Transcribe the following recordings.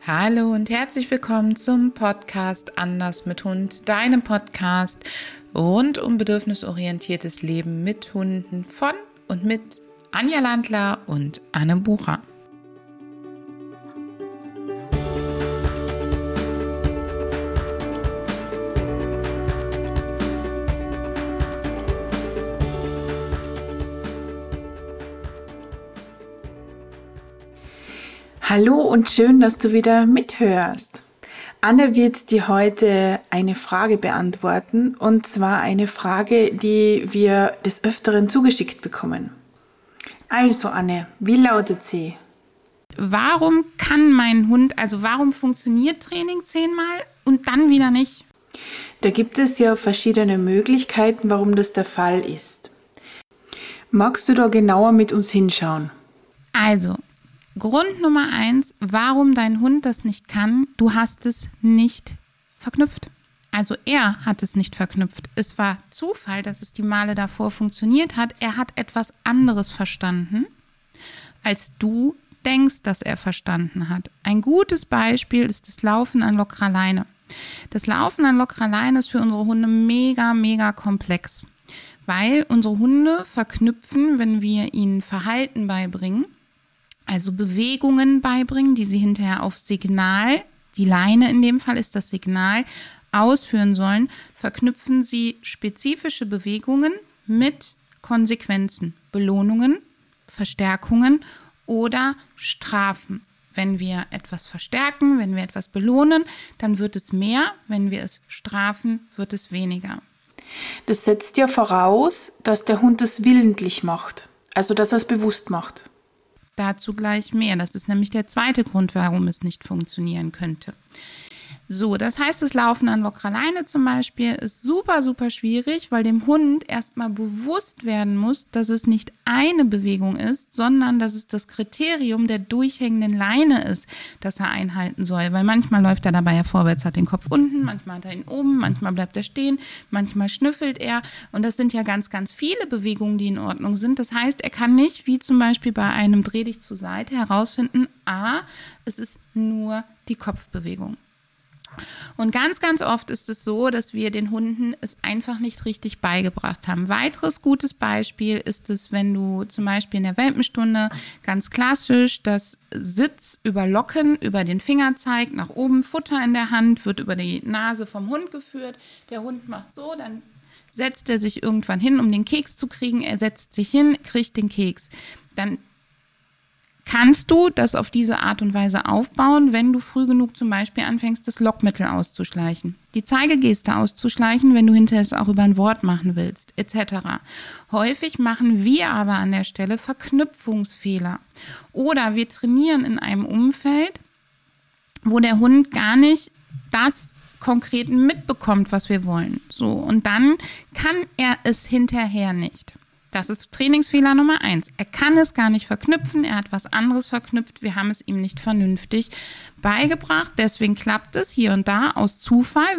Hallo und herzlich willkommen zum Podcast Anders mit Hund, deinem Podcast rund um bedürfnisorientiertes Leben mit Hunden von und mit Anja Landler und Anne Bucher. Hallo und schön, dass du wieder mithörst. Anne wird dir heute eine Frage beantworten, und zwar eine Frage, die wir des Öfteren zugeschickt bekommen. Also Anne, wie lautet sie? Warum kann mein Hund, warum funktioniert Training 10-mal und dann wieder nicht? Da gibt es ja verschiedene Möglichkeiten, warum das der Fall ist. Magst du da genauer mit uns hinschauen? Also, Grund Nummer 1, warum dein Hund das nicht kann: du hast es nicht verknüpft. Also er hat es nicht verknüpft. Es war Zufall, dass es die Male davor funktioniert hat. Er hat etwas anderes verstanden, als du denkst, dass er verstanden hat. Ein gutes Beispiel ist das Laufen an lockerer Leine. Das Laufen an lockerer Leine ist für unsere Hunde mega komplex, weil unsere Hunde verknüpfen, wenn wir ihnen Verhalten beibringen, also Bewegungen beibringen, die sie hinterher auf Signal, die Leine in dem Fall ist das Signal, ausführen sollen, verknüpfen sie spezifische Bewegungen mit Konsequenzen, Belohnungen, Verstärkungen oder Strafen. Wenn wir etwas verstärken, wenn wir etwas belohnen, dann wird es mehr. Wenn wir es strafen, wird es weniger. Das setzt ja voraus, dass der Hund es willentlich macht, also dass er es bewusst macht. Dazu gleich mehr. Das ist nämlich der zweite Grund, warum es nicht funktionieren könnte. So, das heißt, das Laufen an lockerer Leine zum Beispiel ist super schwierig, weil dem Hund erstmal bewusst werden muss, dass es nicht eine Bewegung ist, sondern dass es das Kriterium der durchhängenden Leine ist, das er einhalten soll. Weil manchmal läuft er dabei ja vorwärts, hat den Kopf unten, manchmal hat er ihn oben, manchmal bleibt er stehen, manchmal schnüffelt er. Und das sind ja ganz viele Bewegungen, die in Ordnung sind. Das heißt, er kann nicht, wie zum Beispiel bei einem Dreh dich zur Seite, herausfinden, es ist nur die Kopfbewegung. Und ganz oft ist es so, dass wir den Hunden es einfach nicht richtig beigebracht haben. Weiteres gutes Beispiel ist es, wenn du zum Beispiel in der Welpenstunde ganz klassisch das Sitz über Locken, über den Fingerzeig nach oben, Futter in der Hand, wird über die Nase vom Hund geführt. Der Hund macht so, dann setzt er sich irgendwann hin, um den Keks zu kriegen. Er setzt sich hin, kriegt den Keks. Dann kannst du das auf diese Art und Weise aufbauen, wenn du früh genug zum Beispiel anfängst, das Lockmittel auszuschleichen, die Zeigegeste auszuschleichen, wenn du hinterher es auch über ein Wort machen willst, etc. Häufig machen wir aber an der Stelle Verknüpfungsfehler. Oder wir trainieren in einem Umfeld, wo der Hund gar nicht das konkret mitbekommt, was wir wollen. So, und dann kann er es hinterher nicht. Das ist Trainingsfehler Nummer 1. Er kann es gar nicht verknüpfen, er hat was anderes verknüpft, wir haben es ihm nicht vernünftig beigebracht. Deswegen klappt es hier und da aus Zufall,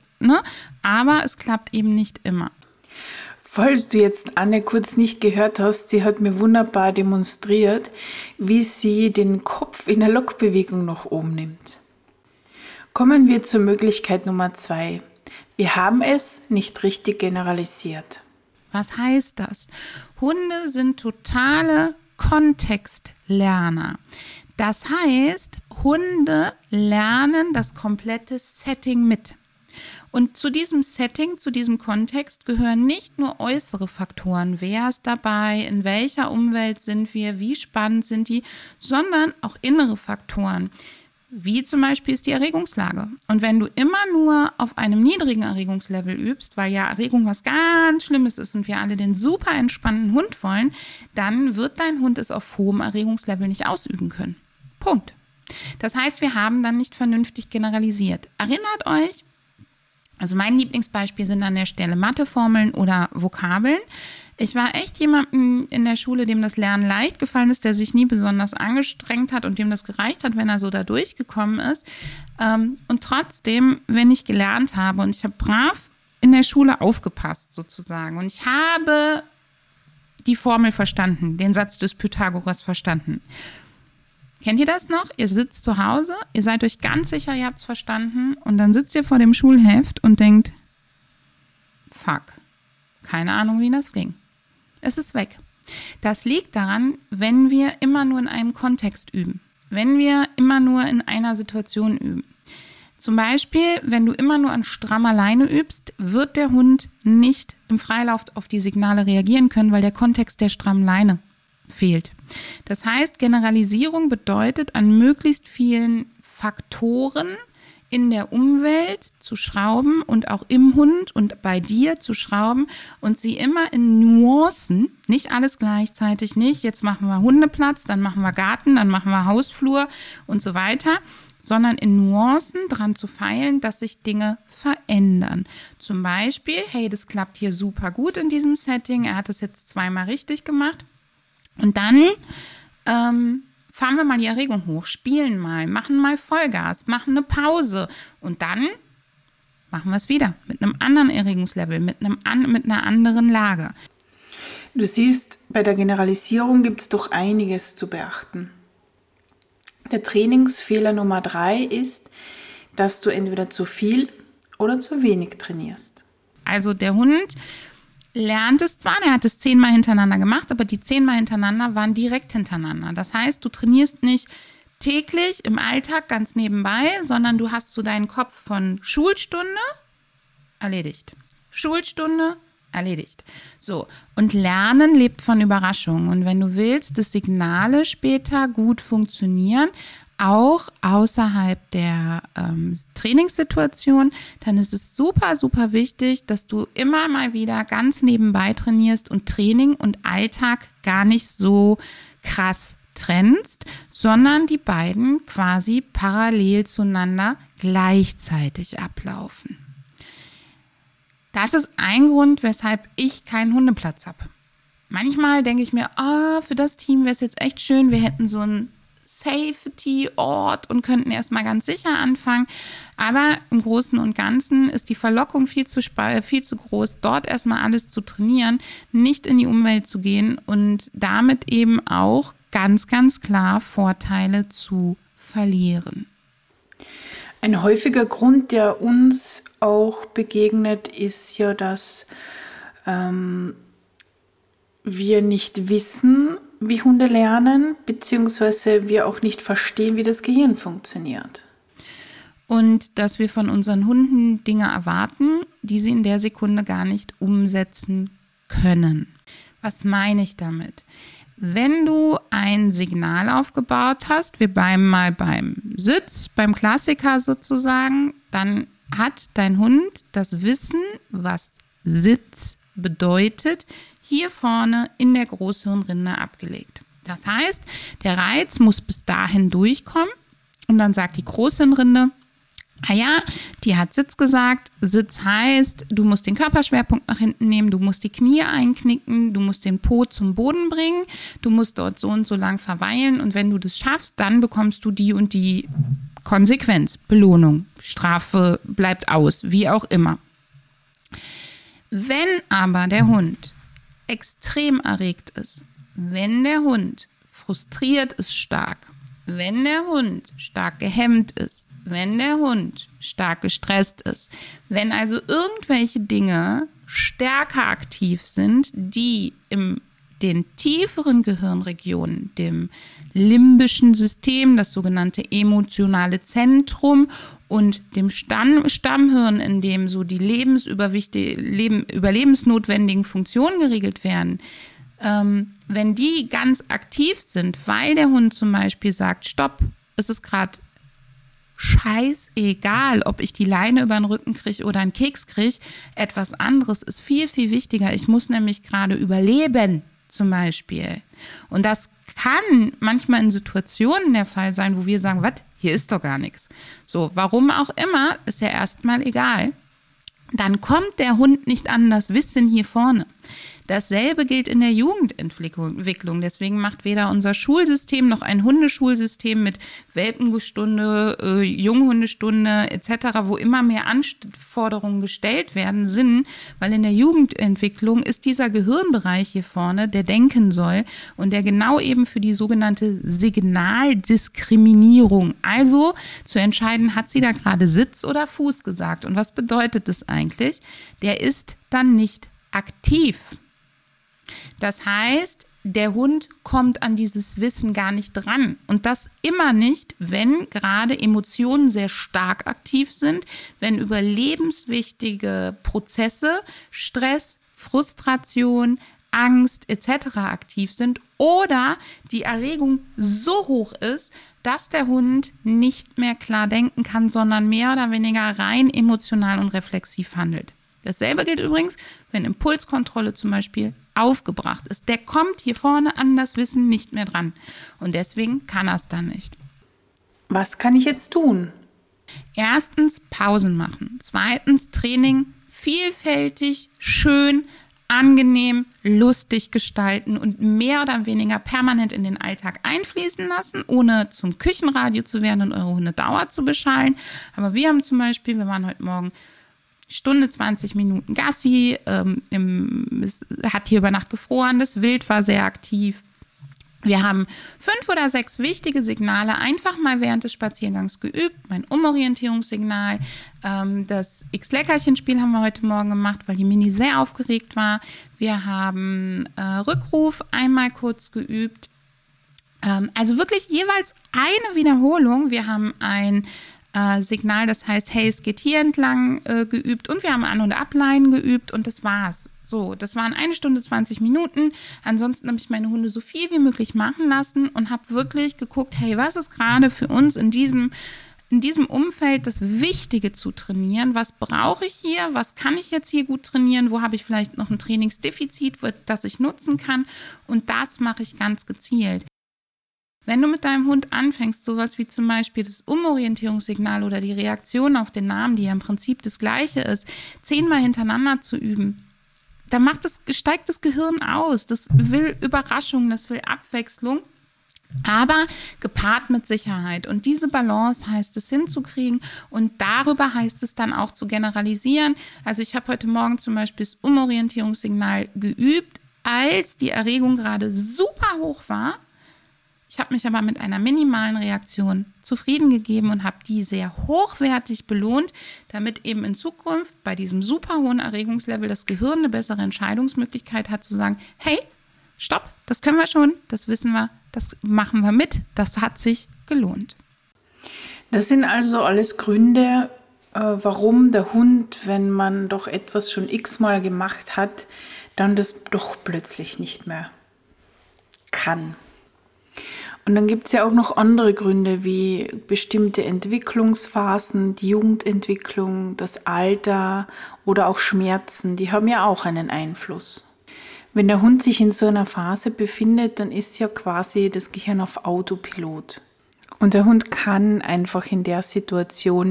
aber es klappt eben nicht immer. Falls du jetzt Anne kurz nicht gehört hast, sie hat mir wunderbar demonstriert, wie sie den Kopf in der Lockbewegung nach oben nimmt. Kommen wir zur Möglichkeit Nummer 2. Wir haben es nicht richtig generalisiert. Was heißt das? Hunde sind totale Kontextlerner. Das heißt, Hunde lernen das komplette Setting mit. Und zu diesem Setting, zu diesem Kontext gehören nicht nur äußere Faktoren, wer ist dabei, in welcher Umwelt sind wir, wie spannend sind die, sondern auch innere Faktoren. Wie zum Beispiel ist die Erregungslage. Und wenn du immer nur auf einem niedrigen Erregungslevel übst, weil ja Erregung was ganz Schlimmes ist und wir alle den super entspannten Hund wollen, dann wird dein Hund es auf hohem Erregungslevel nicht ausüben können. Punkt. Das heißt, wir haben dann nicht vernünftig generalisiert. Erinnert euch, also mein Lieblingsbeispiel sind an der Stelle Matheformeln oder Vokabeln. Ich war echt jemandem in der Schule, dem das Lernen leicht gefallen ist, der sich nie besonders angestrengt hat und dem das gereicht hat, wenn er so da durchgekommen ist. Und trotzdem, wenn ich gelernt habe und ich habe brav in der Schule aufgepasst sozusagen und ich habe die Formel verstanden, den Satz des Pythagoras verstanden, Kennt ihr das noch? Ihr sitzt zu Hause, ihr seid euch ganz sicher, ihr habt es verstanden und dann sitzt ihr vor dem Schulheft und denkt, fuck, keine Ahnung, wie das ging. Es ist weg. Das liegt daran, wenn wir immer nur in einem Kontext üben, wenn wir immer nur in einer Situation üben. Zum Beispiel, wenn du immer nur an strammer Leine übst, wird der Hund nicht im Freilauf auf die Signale reagieren können, weil der Kontext der strammen Leine fehlt. Das heißt, Generalisierung bedeutet, an möglichst vielen Faktoren in der Umwelt zu schrauben und auch im Hund und bei dir zu schrauben und sie immer in Nuancen, nicht alles gleichzeitig, nicht jetzt machen wir Hundeplatz, dann machen wir Garten, dann machen wir Hausflur und so weiter, sondern in Nuancen dran zu feilen, dass sich Dinge verändern. Zum Beispiel, hey, das klappt hier super gut in diesem Setting, er hat es jetzt 2-mal richtig gemacht. Und dann fahren wir mal die Erregung hoch, spielen mal, machen mal Vollgas, machen eine Pause und dann machen wir es wieder mit einem anderen Erregungslevel, mit einer anderen Lage. Du siehst, bei der Generalisierung gibt es doch einiges zu beachten. Der Trainingsfehler Nummer 3 ist, dass du entweder zu viel oder zu wenig trainierst. Also der Hund lernt es zwar, der hat es 10-mal hintereinander gemacht, aber die 10-mal hintereinander waren direkt hintereinander. Das heißt, du trainierst nicht täglich im Alltag ganz nebenbei, sondern du hast so deinen Kopf von Schulstunde erledigt, Schulstunde erledigt. So, und Lernen lebt von Überraschungen. Und wenn du willst, dass Signale später gut funktionieren, auch außerhalb der Trainingssituation, dann ist es super, super wichtig, dass du immer mal wieder ganz nebenbei trainierst und Training und Alltag gar nicht so krass trennst, sondern die beiden quasi parallel zueinander gleichzeitig ablaufen. Das ist ein Grund, weshalb ich keinen Hundeplatz habe. Manchmal denke ich mir, für das Team wäre es jetzt echt schön, wir hätten so einen Safety-Ort und könnten erstmal ganz sicher anfangen. Aber im Großen und Ganzen ist die Verlockung viel zu groß, dort erstmal alles zu trainieren, nicht in die Umwelt zu gehen und damit eben auch ganz, ganz klar Vorteile zu verlieren. Ein häufiger Grund, der uns auch begegnet, ist ja, dass wir nicht wissen, wie Hunde lernen, beziehungsweise wir auch nicht verstehen, wie das Gehirn funktioniert. Und dass wir von unseren Hunden Dinge erwarten, die sie in der Sekunde gar nicht umsetzen können. Was meine ich damit? Wenn du ein Signal aufgebaut hast, wir bleiben mal beim Sitz, beim Klassiker sozusagen, dann hat dein Hund das Wissen, was Sitz bedeutet, hier vorne in der Großhirnrinde abgelegt. Das heißt, der Reiz muss bis dahin durchkommen und dann sagt die Großhirnrinde, die hat Sitz gesagt. Sitz heißt, du musst den Körperschwerpunkt nach hinten nehmen, du musst die Knie einknicken, du musst den Po zum Boden bringen, du musst dort so und so lang verweilen und wenn du das schaffst, dann bekommst du die und die Konsequenz, Belohnung, Strafe bleibt aus, wie auch immer. Wenn aber der Hund extrem erregt ist, wenn der Hund frustriert ist stark, wenn der Hund stark gehemmt ist, wenn der Hund stark gestresst ist, wenn also irgendwelche Dinge stärker aktiv sind, die in den tieferen Gehirnregionen, dem limbischen System, das sogenannte emotionale Zentrum und dem Stammhirn, in dem so die überlebensnotwendigen Funktionen geregelt werden, wenn die ganz aktiv sind, weil der Hund zum Beispiel sagt, stopp, es ist gerade scheißegal, ob ich die Leine über den Rücken kriege oder einen Keks kriege, etwas anderes ist viel, viel wichtiger. Ich muss nämlich gerade überleben, zum Beispiel. Und das kann manchmal in Situationen der Fall sein, wo wir sagen, was, hier ist doch gar nichts. So, warum auch immer, ist ja erstmal egal. Dann kommt der Hund nicht an das Wissen hier vorne. Dasselbe gilt in der Jugendentwicklung. Deswegen macht weder unser Schulsystem noch ein Hundeschulsystem mit Welpenstunde, Junghundestunde etc., wo immer mehr Anforderungen gestellt werden, Sinn, weil in der Jugendentwicklung ist dieser Gehirnbereich hier vorne, der denken soll und der genau eben für die sogenannte Signaldiskriminierung, also zu entscheiden, hat sie da gerade Sitz oder Fuß gesagt. Und was bedeutet das eigentlich? Der ist dann nicht aktiv. Das heißt, der Hund kommt an dieses Wissen gar nicht dran. Und das immer nicht, wenn gerade Emotionen sehr stark aktiv sind, wenn überlebenswichtige Prozesse, Stress, Frustration, Angst etc. aktiv sind oder die Erregung so hoch ist, dass der Hund nicht mehr klar denken kann, sondern mehr oder weniger rein emotional und reflexiv handelt. Dasselbe gilt übrigens, wenn Impulskontrolle zum Beispiel aufgebracht ist. Der kommt hier vorne an das Wissen nicht mehr dran. Und deswegen kann er es dann nicht. Was kann ich jetzt tun? Erstens Pausen machen. Zweitens Training vielfältig, schön, angenehm, lustig gestalten und mehr oder weniger permanent in den Alltag einfließen lassen, ohne zum Küchenradio zu werden und eure Hunde dauernd zu beschallen. Aber wir haben zum Beispiel, wir waren heute Morgen Stunde 20 Minuten Gassi, es hat hier über Nacht gefroren, das Wild war sehr aktiv. Wir haben 5 oder 6 wichtige Signale einfach mal während des Spaziergangs geübt. Mein Umorientierungssignal, das X-Leckerchen-Spiel haben wir heute Morgen gemacht, weil die Mini sehr aufgeregt war. Wir haben Rückruf einmal kurz geübt. Also wirklich jeweils eine Wiederholung. Wir haben ein Signal, das heißt, hey, es geht hier entlang geübt und wir haben An- und Ableinen geübt und das war's. So, das waren 1 Stunde 20 Minuten. Ansonsten habe ich meine Hunde so viel wie möglich machen lassen und habe wirklich geguckt, hey, was ist gerade für uns in diesem Umfeld das Wichtige zu trainieren? Was brauche ich hier? Was kann ich jetzt hier gut trainieren? Wo habe ich vielleicht noch ein Trainingsdefizit, das ich nutzen kann? Und das mache ich ganz gezielt. Wenn du mit deinem Hund anfängst, sowas wie zum Beispiel das Umorientierungssignal oder die Reaktion auf den Namen, die ja im Prinzip das Gleiche ist, 10-mal hintereinander zu üben, dann steigt das Gehirn aus. Das will Überraschung, das will Abwechslung, aber gepaart mit Sicherheit. Und diese Balance heißt es hinzukriegen und darüber heißt es dann auch zu generalisieren. Also ich habe heute Morgen zum Beispiel das Umorientierungssignal geübt, als die Erregung gerade super hoch war. Ich habe mich aber mit einer minimalen Reaktion zufrieden gegeben und habe die sehr hochwertig belohnt, damit eben in Zukunft bei diesem super hohen Erregungslevel das Gehirn eine bessere Entscheidungsmöglichkeit hat zu sagen, hey, stopp, das können wir schon, das wissen wir, das machen wir mit, das hat sich gelohnt. Das sind also alles Gründe, warum der Hund, wenn man doch etwas schon x-mal gemacht hat, dann das doch plötzlich nicht mehr kann. Und dann gibt es ja auch noch andere Gründe, wie bestimmte Entwicklungsphasen, die Jugendentwicklung, das Alter oder auch Schmerzen, die haben ja auch einen Einfluss. Wenn der Hund sich in so einer Phase befindet, dann ist ja quasi das Gehirn auf Autopilot. Und der Hund kann einfach in der Situation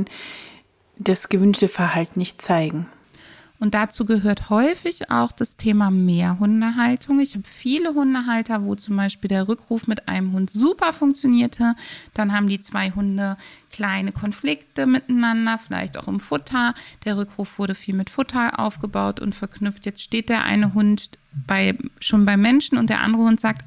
das gewünschte Verhalten nicht zeigen. Und dazu gehört häufig auch das Thema Mehrhundehaltung. Ich habe viele Hundehalter, wo zum Beispiel der Rückruf mit einem Hund super funktionierte. Dann haben die 2 Hunde kleine Konflikte miteinander, vielleicht auch im Futter. Der Rückruf wurde viel mit Futter aufgebaut und verknüpft. Jetzt steht der eine Hund schon beim Menschen und der andere Hund sagt,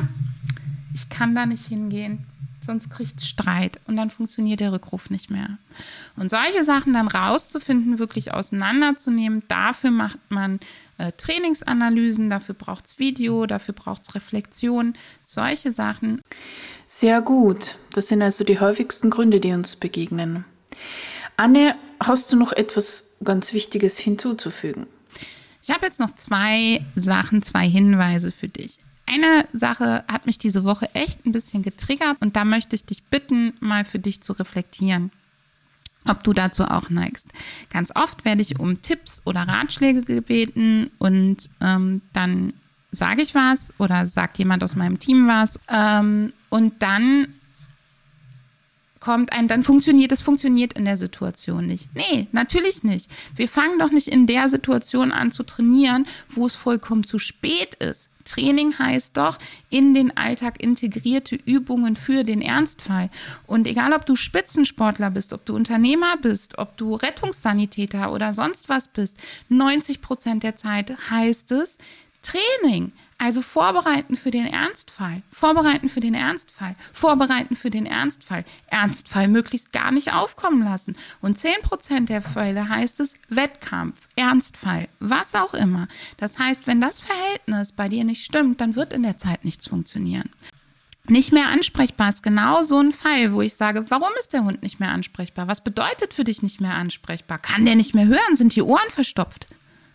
ich kann da nicht hingehen. Sonst kriegt es Streit und dann funktioniert der Rückruf nicht mehr. Und solche Sachen dann rauszufinden, wirklich auseinanderzunehmen, dafür macht man Trainingsanalysen, dafür braucht es Video, dafür braucht es Reflexion, solche Sachen. Sehr gut. Das sind also die häufigsten Gründe, die uns begegnen. Anne, hast du noch etwas ganz Wichtiges hinzuzufügen? Ich habe jetzt noch 2 Hinweise für dich. Eine Sache hat mich diese Woche echt ein bisschen getriggert und da möchte ich dich bitten, mal für dich zu reflektieren, ob du dazu auch neigst. Ganz oft werde ich um Tipps oder Ratschläge gebeten und dann sage ich was oder sagt jemand aus meinem Team was und dann dann funktioniert in der Situation nicht. Nee, natürlich nicht. Wir fangen doch nicht in der Situation an zu trainieren, wo es vollkommen zu spät ist. Training heißt doch, in den Alltag integrierte Übungen für den Ernstfall. Und egal, ob du Spitzensportler bist, ob du Unternehmer bist, ob du Rettungssanitäter oder sonst was bist, 90% der Zeit heißt es Training. Also vorbereiten für den Ernstfall, Ernstfall möglichst gar nicht aufkommen lassen. Und 10% der Fälle heißt es Wettkampf, Ernstfall, was auch immer. Das heißt, wenn das Verhältnis bei dir nicht stimmt, dann wird in der Zeit nichts funktionieren. Nicht mehr ansprechbar ist genau so ein Fall, wo ich sage, warum ist der Hund nicht mehr ansprechbar? Was bedeutet für dich nicht mehr ansprechbar? Kann der nicht mehr hören? Sind die Ohren verstopft?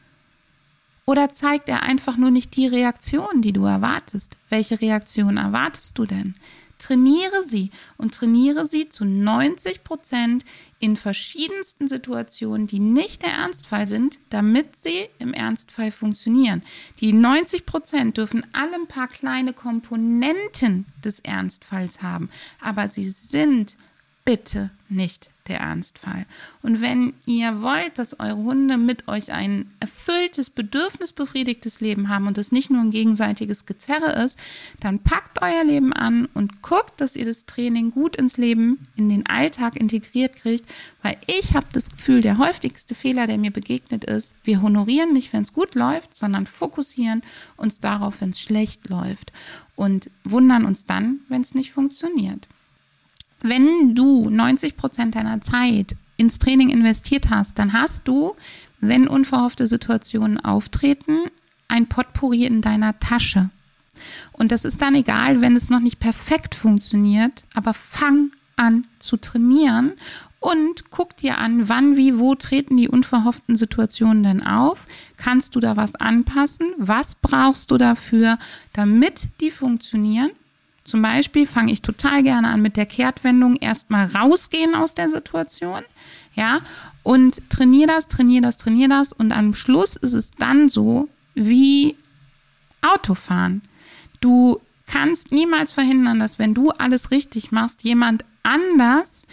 Oder zeigt er einfach nur nicht die Reaktion, die du erwartest? Welche Reaktion erwartest du denn? Trainiere sie und trainiere sie zu 90% in verschiedensten Situationen, die nicht der Ernstfall sind, damit sie im Ernstfall funktionieren. Die 90% dürfen alle ein paar kleine Komponenten des Ernstfalls haben, aber sie sind bitte nicht der Ernstfall. Und wenn ihr wollt, dass eure Hunde mit euch ein erfülltes, bedürfnisbefriedigtes Leben haben und es nicht nur ein gegenseitiges Gezerre ist, dann packt euer Leben an und guckt, dass ihr das Training gut ins Leben, in den Alltag integriert kriegt, weil ich habe das Gefühl, der häufigste Fehler, der mir begegnet ist, wir honorieren nicht, wenn es gut läuft, sondern fokussieren uns darauf, wenn es schlecht läuft und wundern uns dann, wenn es nicht funktioniert. Wenn du 90% deiner Zeit ins Training investiert hast, dann hast du, wenn unverhoffte Situationen auftreten, ein Potpourri in deiner Tasche. Und das ist dann egal, wenn es noch nicht perfekt funktioniert, aber fang an zu trainieren und guck dir an, wann, wie, wo treten die unverhofften Situationen denn auf? Kannst du da was anpassen? Was brauchst du dafür, damit die funktionieren? Zum Beispiel fange ich total gerne an mit der Kehrtwendung, erstmal rausgehen aus der Situation, ja, und trainiere das und am Schluss ist es dann so wie Autofahren. Du kannst niemals verhindern, dass wenn du alles richtig machst, jemand anders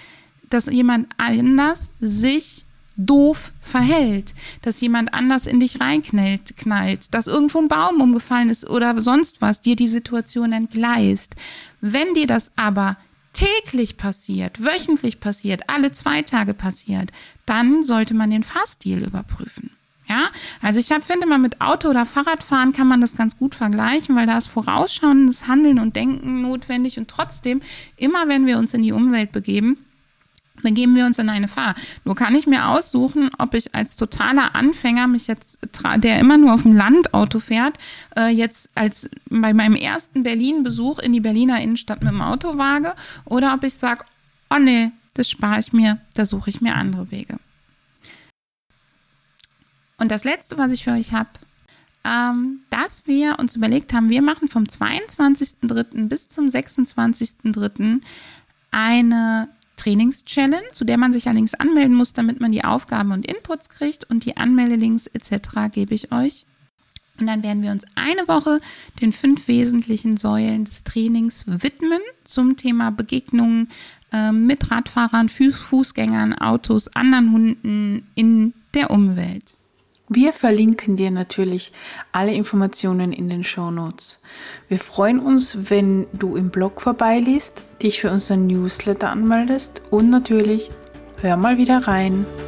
sich doof verhält, dass jemand anders in dich reinknallt, dass irgendwo ein Baum umgefallen ist oder sonst was, dir die Situation entgleist. Wenn dir das aber täglich passiert, wöchentlich passiert, alle 2 Tage passiert, dann sollte man den Fahrstil überprüfen. Ja, also ich finde mal mit Auto- oder Fahrradfahren kann man das ganz gut vergleichen, weil da ist vorausschauendes Handeln und Denken notwendig und trotzdem, immer wenn wir uns in die Umwelt begeben wir uns in eine Fahr. Nur kann ich mir aussuchen, ob ich als totaler Anfänger der immer nur auf dem Land Auto fährt, jetzt als bei meinem ersten Berlin-Besuch in die Berliner Innenstadt mit dem Auto wage oder ob ich sage, oh nee, das spare ich mir, da suche ich mir andere Wege. Und das Letzte, was ich für euch habe, dass wir uns überlegt haben, wir machen vom 22.03. bis zum 26.03. eine Trainings-Challenge, zu der man sich allerdings anmelden muss, damit man die Aufgaben und Inputs kriegt und die Anmeldelinks etc. gebe ich euch. Und dann werden wir uns eine Woche den 5 wesentlichen Säulen des Trainings widmen zum Thema Begegnungen mit Radfahrern, Fußgängern, Autos, anderen Hunden in der Umwelt. Wir verlinken dir natürlich alle Informationen in den Shownotes. Wir freuen uns, wenn du im Blog vorbeiliest, dich für unseren Newsletter anmeldest und natürlich hör mal wieder rein.